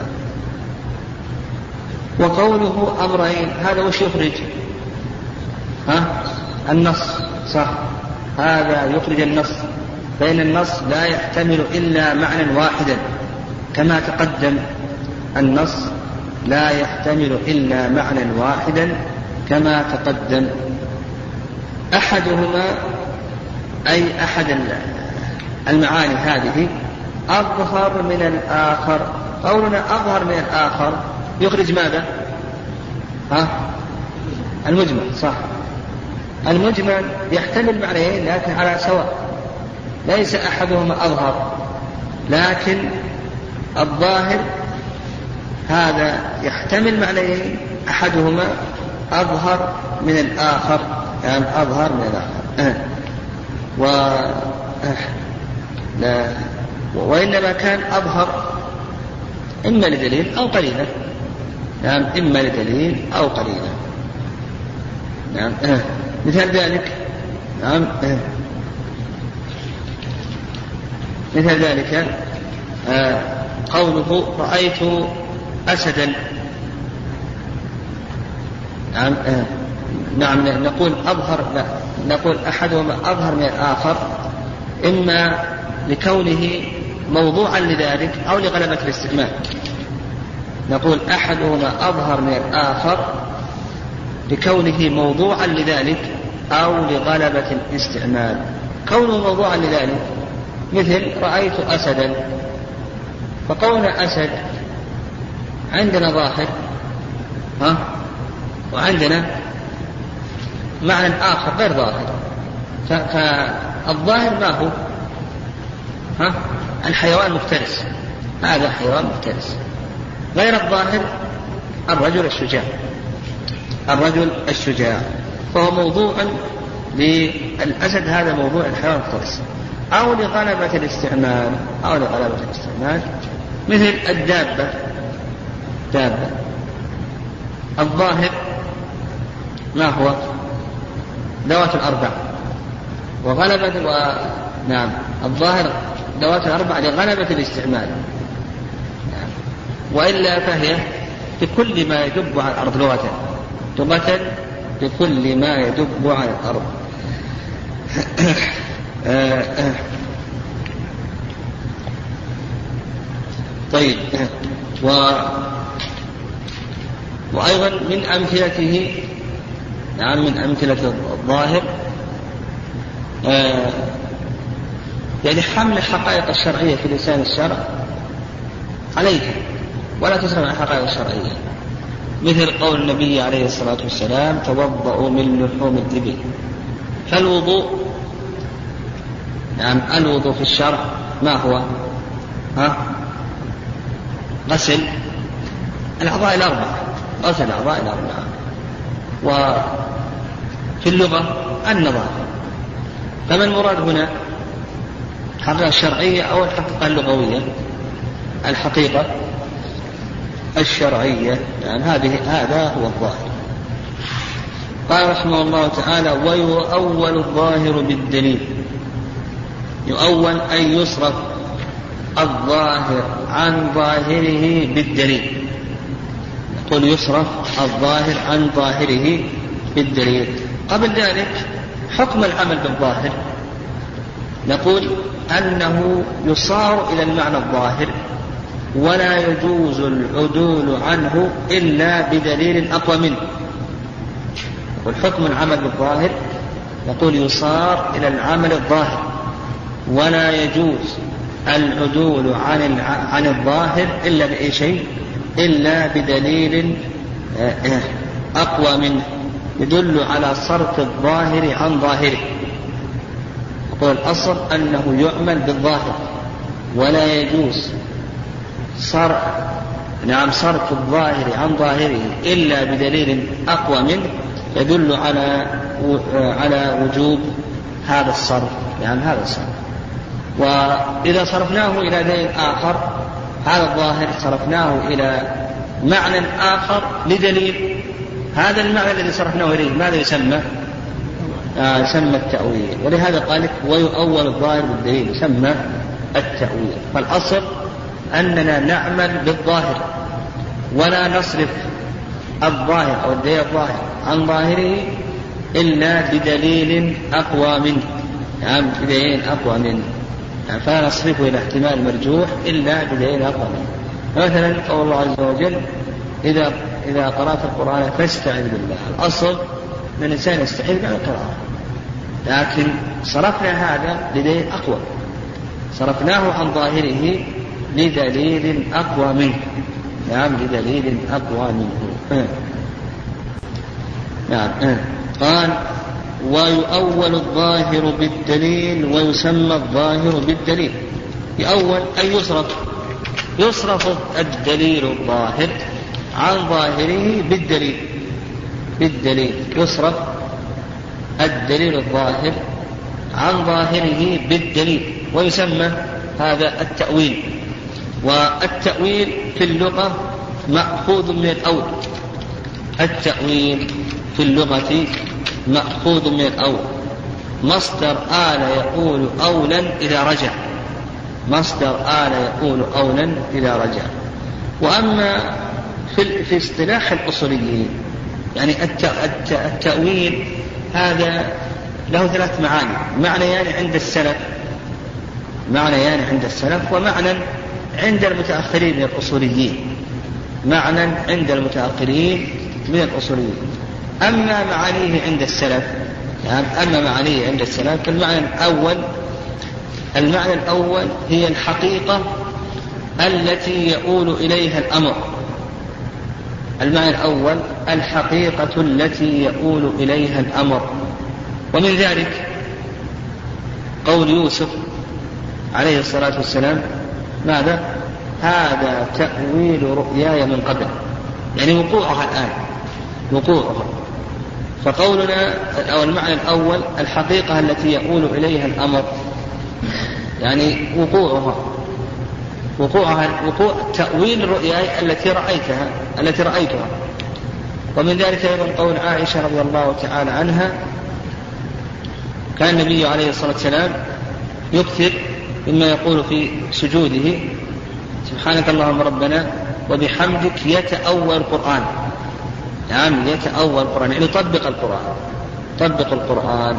وقوله أمرين هذا وش يخرج ها النص صح هذا يخرج النص فإن النص لا يحتمل إلا معنى واحدا كما تقدم. النص لا يحتمل إلا معنى واحدا كما تقدم. أحدهما أي أحد المعاني هذه أظهر من الآخر. قولنا أظهر من الآخر يخرج ماذا ها المجمل صح. المجمل يحتمل معنيين لكن على سواء ليس أحدهما أظهر لكن الظاهر هذا يحتمل معنيين أحدهما أظهر من الآخر يعني أظهر من الآخر و... لا... وإنما كان أظهر إما لدليل أو قليلا نعم إما لدليل أو قليلا نعم مثال ذلك نعم مثال ذلك قوله رأيت أسدا نعم نعم نقول أظهر لا نقول أحدهما أظهر من الآخر إما لكونه موضوعا لذلك أو لغلبة الاستكمال. نقول أحدهما أظهر من الآخر لكونه موضوعا لذلك أو لغلبة الاستعمال. كونه موضوعا لذلك مثل رأيت أسدا فقولنا أسد عندنا ظاهر ها وعندنا معنى آخر غير ظاهر. فالظاهر ما هو ها الحيوان مفترس هذا حيوان مفترس. غير الظاهر الرجل الشجاع. الرجل الشجاع، فهو موضوع للأسد، هذا موضوع الحيوان المفترس، أو لغلبة الاستعمال أو لغلبة الاستعمال مثل الدابة، دابة الظاهر ما هو ذوات الأربع، وغلبة و... نعم الظاهر ذوات الأربع لغلبة الاستعمال، وإلا فهي بكل ما يدب على الأرض لغة، لغة بكل ما يدب على الأرض. طيب، و... وأيضا من أمثلته، نعم من أمثلة الظاهر آه يعني حمل الحقائق الشرعية في لسان الشرع عليها ولا تصرف عن الحقائق الشرعية، مثل قول النبي عليه الصلاة والسلام توضؤوا من لحوم الإبل. فالوضوء، نعم الوضوء في الشرع ما هو؟ ها؟ غسل الأعضاء الأربعة، غسل الأعضاء الأربعة. وفي اللغة النظافة. فما المراد هنا؟ الحقيقة الشرعية أو الحقيقة اللغوية؟ الحقيقة الشرعية، يعني هذه هذا هو الظاهر. قال رحمه الله تعالى: ويؤول الظاهر بالدليل. يؤول أن يصرف الظاهر عن ظاهره بالدليل. يقول يصرف الظاهر عن ظاهره بالدليل. قبل ذلك حكم العمل بالظاهر نقول أنه يصار إلى المعنى الظاهر ولا يجوز العدول عنه إلا بدليل أقوى منه. والحكم العمل بالظاهر نقول يصار إلى العمل الظاهر ولا يجوز العدول عن عن الظاهر إلا بأي شيء إلا بدليل أقوى منه يدل على صرف الظاهر عن ظاهره. يقول الأصل أنه يعمل بالظاهر ولا يجوز صرف نعم صرف الظاهر عن ظاهره إلا بدليل أقوى منه يدل على على وجوب هذا الصرف، يعني هذا الصرف. وإذا صرفناه إلى دليل آخر، هذا الظاهر صرفناه إلى معنى آخر لدليل، هذا المعنى الذي صرفناه إليه ماذا يسمى؟ آه يسمى التأويل. ولهذا قال لك ويؤول الظاهر بالدليل، يسمى التأويل. فالأصل أننا نعمل بالظاهر ولا نصرف الظاهر أو الدليل الظاهر عن ظاهره إلا بدليل أقوى منه، يعني بدليل أقوى منه، يعني فلا نصرفه إلى احتمال مرجوح إلا بدليل أقوى منه. مثلا قول الله عز وجل: إذا إذا قرأت القرآن فاستعذ بالله. الأصل أن الإنسان يستعيذ من القراءة، لكن صرفنا هذا بدليل أقوى، صرفناه عن ظاهره لدليل أقوى منه، نعم لدليل أقوى منه. نعم. قال: ويؤول الظاهر بالدليل ويسمى الظاهر بالدليل. يؤول أي يصرف يصرف الدليل الظاهر عن ظاهره بالدليل بالدليل يصرف الدليل الظاهر عن ظاهره بالدليل ويسمى هذا التأويل. والتأويل في اللغة مأخوذ من الأول. التأويل في اللغة مأخوذ من الأول، مصدر آل يقول أولا إذا رجع، مصدر آل يقول أولا إذا رجع. وأما في, في اصطلاح الأصوليين يعني التأويل هذا له ثلاث معاني: معنى يعني عند السلف معنى يعني عند السلف ومعنى عند المتأخرين من الأصوليين معنى عند المتأخرين من الأصوليين. أما معانيه عند السلف يعني أما معانيه عند السلف فالمعنى الأول المعنى الأول هي الحقيقة التي يؤول إليها الأمر. المعنى الأول الحقيقة التي يؤول إليها الأمر. ومن ذلك قول يوسف عليه الصلاة والسلام: ماذا؟ هذا تأويل رؤياي من قبل، يعني وقوعها الآن وقوعها فقولنا أو المعنى الأول الحقيقة التي يؤول إليها الأمر، يعني وقوعها وقوعها وقوع تأويل الرؤيا التي رأيتها التي رأيتها. ومن ذلك أيضا قول عائشة رضي الله تعالى عنها: كان النبي عليه الصلاة والسلام يكثر مما يقول في سجوده: سبحانك اللهم ربنا وبحمدك، يتأول القرآن. نعم يتأول القرآن، يعني يطبق القرآن طبق القرآن.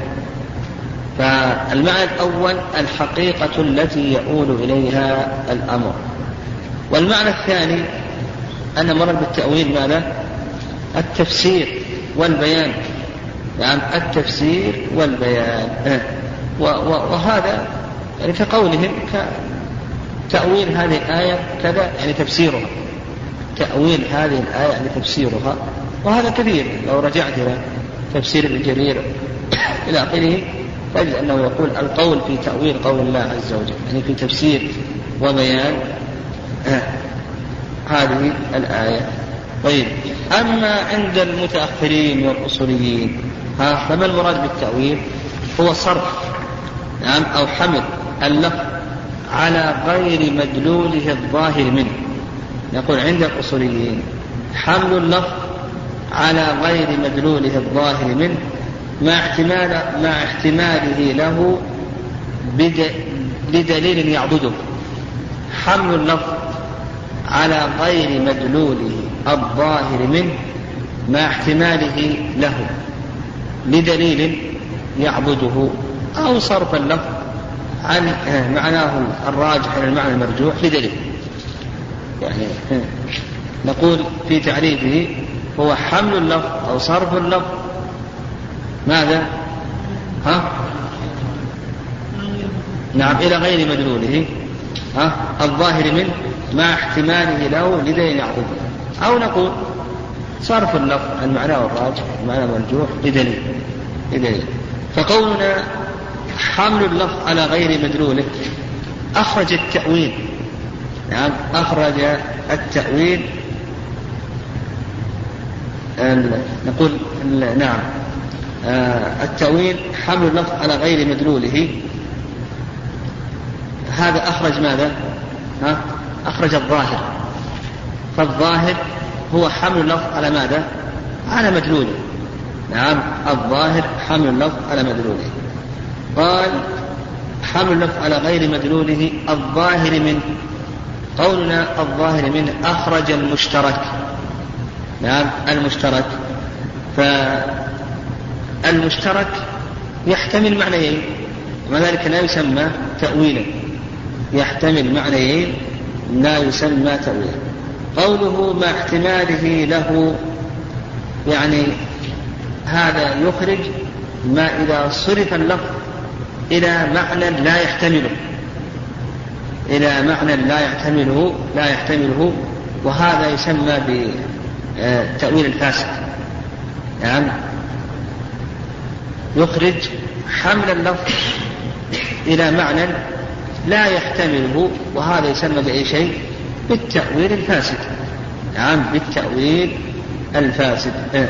فالمعنى الأول الحقيقة التي يؤول إليها الأمر. والمعنى الثاني أن مراد بالتأويل ماذا؟ التفسير والبيان. يعني التفسير والبيان. وهذا يعني كقولهم تأويل هذه الآية كذا، يعني تفسيرها، تأويل هذه الآية يعني تفسيرها. وهذا كثير، لو رجعت إلى تفسير ابن جرير إلى آخره تجد أنه يقول القول في تأويل قول الله عز وجل، يعني في تفسير وبيان هذه الآية. طيب، أما عند المتأخرين والأصوليين ها فما المراد بالتأويل؟ هو صرف نعم أو حمل اللفظ على غير مدلوله الظاهر منه. نقول عند الأصوليين حمل اللفظ على غير مدلوله الظاهر منه مع احتمال مع احتماله له بدليل يعضده. حمل اللفظ على غير مدلوله الظاهر منه مع احتماله له لدليل يعبده، أو صرف اللفظ عن معناه الراجح إلى المعنى المرجوح لدليل. يعني نقول في تعريفه هو حمل اللفظ أو صرف اللفظ ماذا؟ ها؟ نعم إلى غير مدلوله ها الظاهر منه مع احتماله له لدليل يعبده، أو نقول صرف اللفظ عن معناه الراجح المعنى المرجوح لدليل لدليل. فقولنا حمل اللفظ على غير مدلوله أخرج التأويل. نعم أخرج التأويل. نقول نعم التأويل حمل اللفظ على غير مدلوله، هذا أخرج ماذا؟ ها؟ أخرج الظاهر. فالظاهر هو حمل اللفظ على ماذا؟ على مدلوله. نعم الظاهر حمل اللفظ على مدلوله. قال حمل اللفظ على غير مدلوله الظاهر منه. قولنا الظاهر منه أخرج المشترك. نعم المشترك. فالمشترك يحتمل معنيين ومع ذلك لا يسمى تأويلا. يحتمل معنيين لا يسمى تأويلا. قوله مع احتماله له، يعني هذا يخرج ما إذا صرف اللفظ إلى معنى لا يحتمله إلى معنى لا يحتمله لا يحتمله وهذا يسمى بتأويل الفاسد. يعني يخرج حمل اللفظ إلى معنى لا يحتمله وهذا يسمى بأي شيء؟ بالتأويل الفاسد. نعم بالتأويل الفاسد.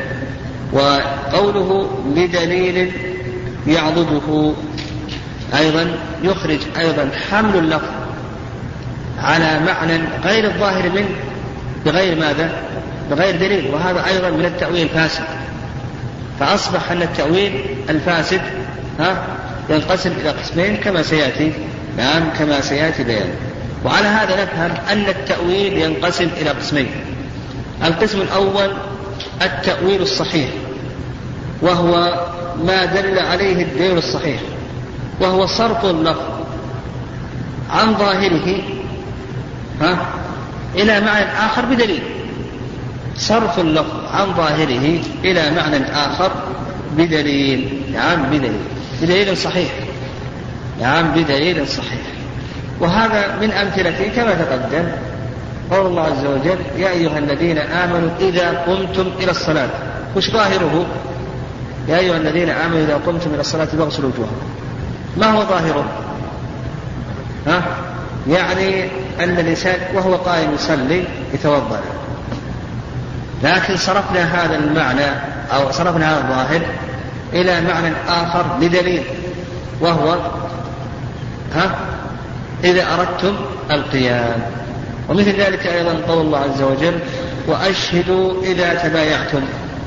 وقوله لدليل يعضده أيضا يخرج أيضا حمل اللفظ على معنى غير الظاهر منه بغير ماذا؟ بغير دليل، وهذا أيضا من التأويل الفاسد. فأصبح أن التأويل الفاسد ها ينقسم إلى قسمين كما سيأتي. نعم كما سيأتي بيان. وعلى هذا نفهم أن التأويل ينقسم إلى قسمين. القسم الأول التأويل الصحيح، وهو ما دل عليه الدليل الصحيح، وهو صرف اللفظ عن ظاهره ها إلى معنى آخر بدليل. صرف اللفظ عن ظاهره إلى معنى آخر بدليل. نعم بدليل بدليل صحيح. نعم بدليل صحيح. وهذا من أمثلته كما تقدم قول الله عز وجل يا أيها الذين آمنوا إذا قمتم إلى الصلاة. وش ظاهره؟ يا أيها الذين آمنوا إذا قمتم إلى الصلاة فاغسلوا وجوهكم. ما هو ظاهره؟ ها؟ يعني أن الإنسان وهو قائم يصلي يتوضأ، لكن صرفنا هذا المعنى أو صرفنا هذا الظاهر إلى معنى آخر بدليل، وهو ها إذا أردتم القيام. ومثل ذلك أيضا قول الله عز وجل وأشهدوا إذا تبايعتم.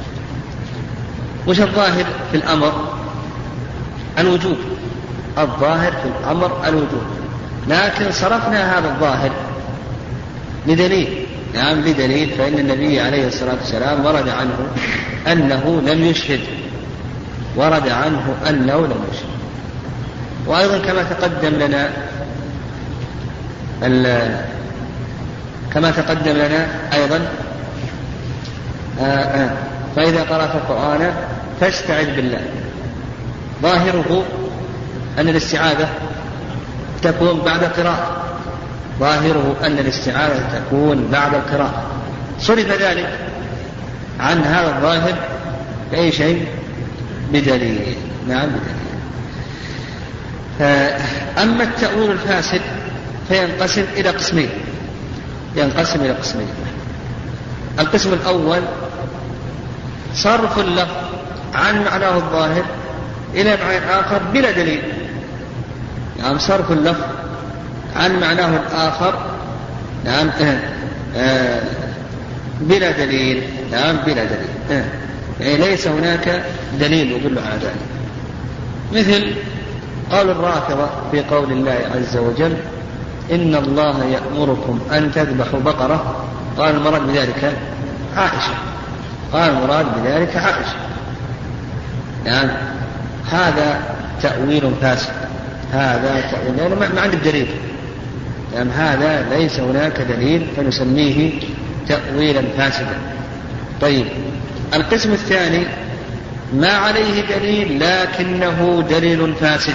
وش الظاهر في الأمر؟ الوجوب. الظاهر في الأمر الوجوب، لكن صرفنا هذا الظاهر بدليل، نعم بدليل، فإن النبي عليه الصلاة والسلام ورد عنه أنه لم يشهد، ورد عنه أنه لم يشهد. وأيضا كما تقدم لنا كما تقدم لنا أيضا آآ آآ فإذا قرأت القرآن فاستعذ بالله، ظاهره أن الاستعاذة تكون بعد القراءة، ظاهره أن الاستعاذة تكون بعد القراءة، صرف ذلك عن هذا الظاهر بأي شيء؟ بدليل، نعم بدليل. أما التأويل الفاسد فينقسم إلى قسمين، ينقسم إلى قسمين. القسم الأول صرف اللفظ عن معناه الظاهر إلى معنى آخر بلا دليل، نعم صرف اللفظ عن معناه الآخر، نعم آه آه بلا دليل، نعم بلا دليل، آه يعني ليس هناك دليل يدل على ذلك. مثل قول الرافضة في قول الله عز وجل إن الله يأمركم أن تذبحوا بقرة، قال المراد بذلك عائشة، قال المراد بذلك عائشة، يعني هذا تأويل فاسد، هذا تأويل يعني ما عندك دليل، يعني هذا ليس هناك دليل فنسميه تأويلا فاسدا. طيب القسم الثاني ما عليه دليل لكنه دليل فاسد،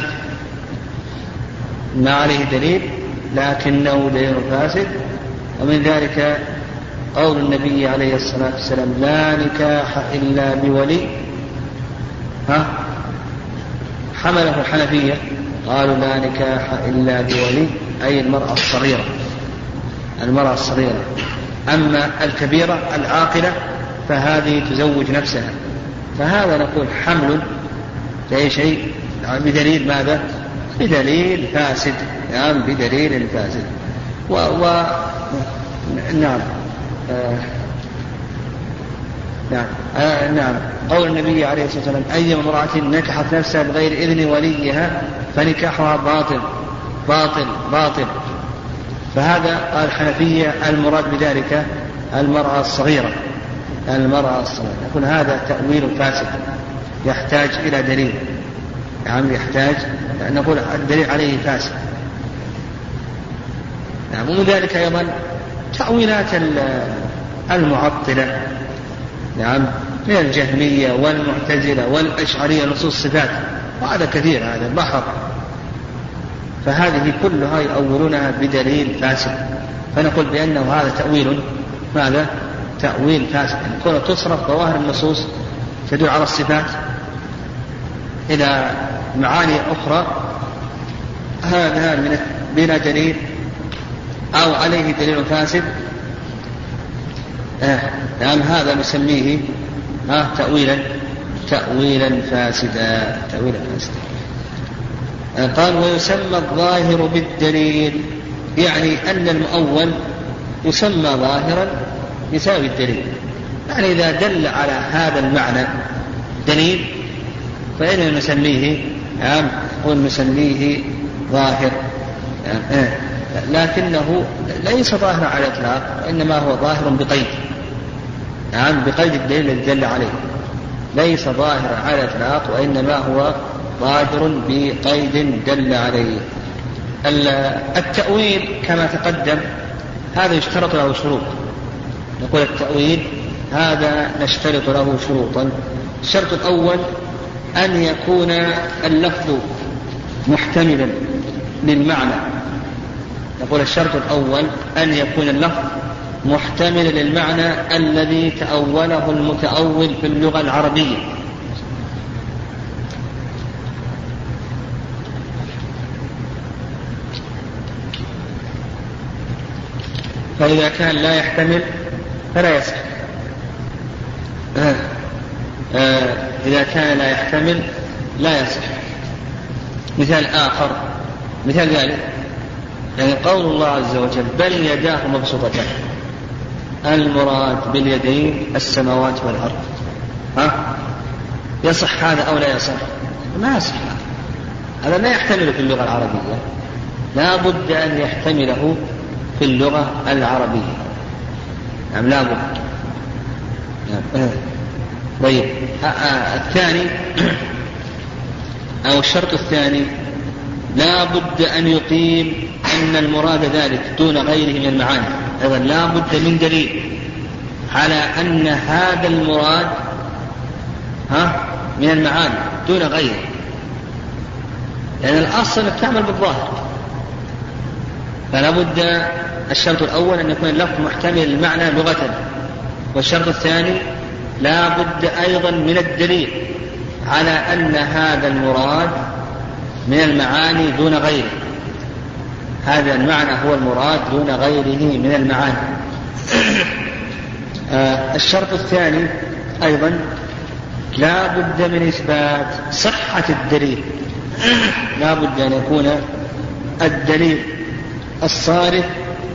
ما عليه دليل لكنه دليل فاسد. ومن ذلك قول النبي عليه الصلاة والسلام لا نكاح إلا بولي، ها حمله الحنفية قالوا لا نكاح إلا بولي، أي المرأة الصغيرة، المرأة الصغيرة. أما الكبيرة العاقلة فهذه تزوج نفسها، فهذا نقول حمل لأي شيء بدليل ماذا؟ بدليل فاسد، يعني بدليل فاسد. و, و... نعم آه... نعم آه... نعم قول النبي عليه الصلاة والسلام أي امرأة نكحت نفسها بغير إذن وليها فنكاحها باطل باطل باطل. فهذا قال الحنفية المراد بذلك المرأة الصغيرة، المرأة الصغيرة. يكون هذا تأويل فاسد يحتاج إلى دليل، يعني يحتاج نقول الدليل عليه فاسد. نعم. ومن ذلك أيضا تأويلات المعطلة، نعم من الجهمية والمعتزلة والأشعرية نصوص الصفات، وهذا كثير، هذا بحر. فهذه كلها يؤولونها بدليل فاسد، فنقول بأنه هذا تأويل ماذا؟ تأويل فاسد. يعني كونه تصرف ظواهر النصوص تدل على الصفات إلى معاني أخرى، هذا من بلا دليل أو عليه دليل فاسد، آه. يعني هذا نسميه آه تأويلا تأويلا فاسدا، تأويلا فاسدا. آه قال ويسمى الظاهر بالدليل، يعني أن المؤول يسمى ظاهرا يساوي الدليل، يعني إذا دل على هذا المعنى دليل فإننا نسميه عام ونسميه ظاهر، يعني لكنه ليس ظاهرا على الإطلاق، وإنما هو ظاهر بقيد، نعم بقيد الدليل الذي دل عليه، ليس ظاهرا على الإطلاق وإنما هو ظاهر بقيد دل عليه. التأويل كما تقدم هذا يشترط له شروط، نقول التأويل هذا نشترط له شروطا. الشرط الأول أن يكون اللفظ محتملا للمعنى، نقول الشرط الأول أن يكون اللفظ محتملا للمعنى الذي تأوله المتأول في اللغة العربية. فإذا كان لا يحتمل فلا يصح. آه إذا كان لا يحتمل لا يصح. مثال آخر مثال ذلك يعني قول الله عز وجل بل يداه مبسوطتان، المراد باليدين السماوات والأرض. ها يصح هذا أو لا يصح؟ ما يصح، هذا لا يحتمل في اللغة العربية، لا بد أن يحتمله في اللغة العربية، نعم لا بد. طيب الثاني أو الشرط الثاني لا بد أن يقيم أن المراد ذلك دون غيره من المعاني، أيضا لا بد من دليل على أن هذا المراد ها من المعاني دون غيره، لأن يعني الأصل أنك تعمل بالظاهر، فلا بد. الشرط الأول أن يكون اللفظ محتمل المعنى لغة، والشرط الثاني لا بد أيضا من الدليل على أن هذا المراد من المعاني دون غيره، هذا المعنى هو المراد دون غيره من المعاني. آه الشرط الثاني أيضا لا بد من إثبات صحة الدليل، لا بد أن يكون الدليل الصارف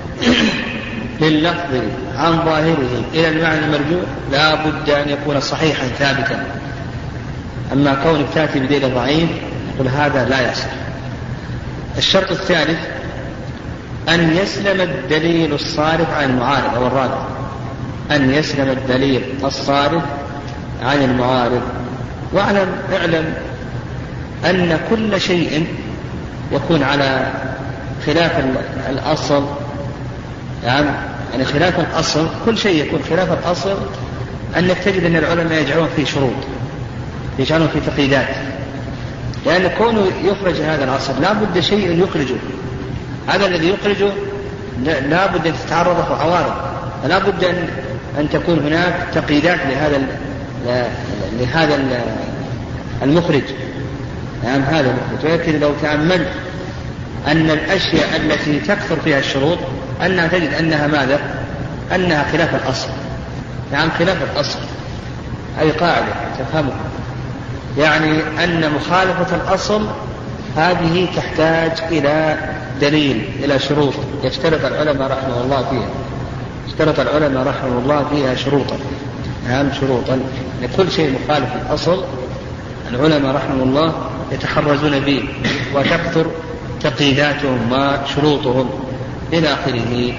لللفظ عن ظاهره إلى المعنى المرجوع لا بد أن يكون صحيحا ثابتا. أما كونك تأتي بدليل ضعيف يقول هذا لا يصح. الشرط الثالث أن يسلم الدليل الصارف عن المعارض، أو الرابع أن يسلم الدليل الصارف عن المعارض. واعلم اعلم أن كل شيء يكون على خلاف الأصل، يعني يعني خلاف الأصل، كل شيء يكون خلاف الأصل أنك تجد أن العلماء يجعلون فيه شروط، يجعلون فيه تقييدات، لأن كونه يخرج هذا الأصل لا بد شيء يخرجه، هذا الذي يخرجه لا بد أن تتعرض عوارض، لا بد أن أن تكون هناك تقييدات لهذا لهذا المخرج، يعني هذا المخرج. ولكن لو تأملت أن الأشياء التي تكثر فيها الشروط أنها تجد أنها ماذا؟ أنها خلاف الأصل، يعني خلاف الأصل، هذه قاعدة تفهمها، يعني أن مخالفة الأصل هذه تحتاج إلى دليل، إلى شروط يشترط العلماء رحمه الله فيها، اشترط العلماء رحمه الله فيها شروطا، أهم شروطا لكل شيء مخالف الأصل العلماء رحمه الله يتحرزون به وتكثر تقييداتهم وشروطهم إلى آخره.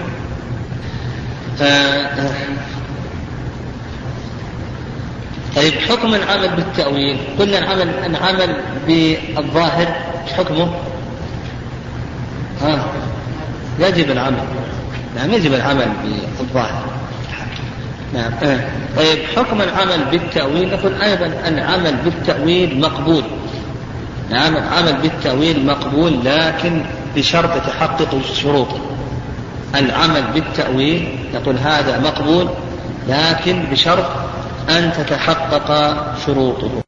طيب حكم العمل بالتأويل، قلنا العمل العمل بالظاهر حكمه ها يجب العمل، نعم يجب العمل بالظاهر، نعم. طيب حكم العمل بالتأويل، نقول أيضا العمل بالتأويل مقبول، نعم العمل بالتأويل مقبول لكن بشرط تحقق الشروط. العمل بالتأويل نقول هذا مقبول لكن بشرط أن تتحقق شروطه.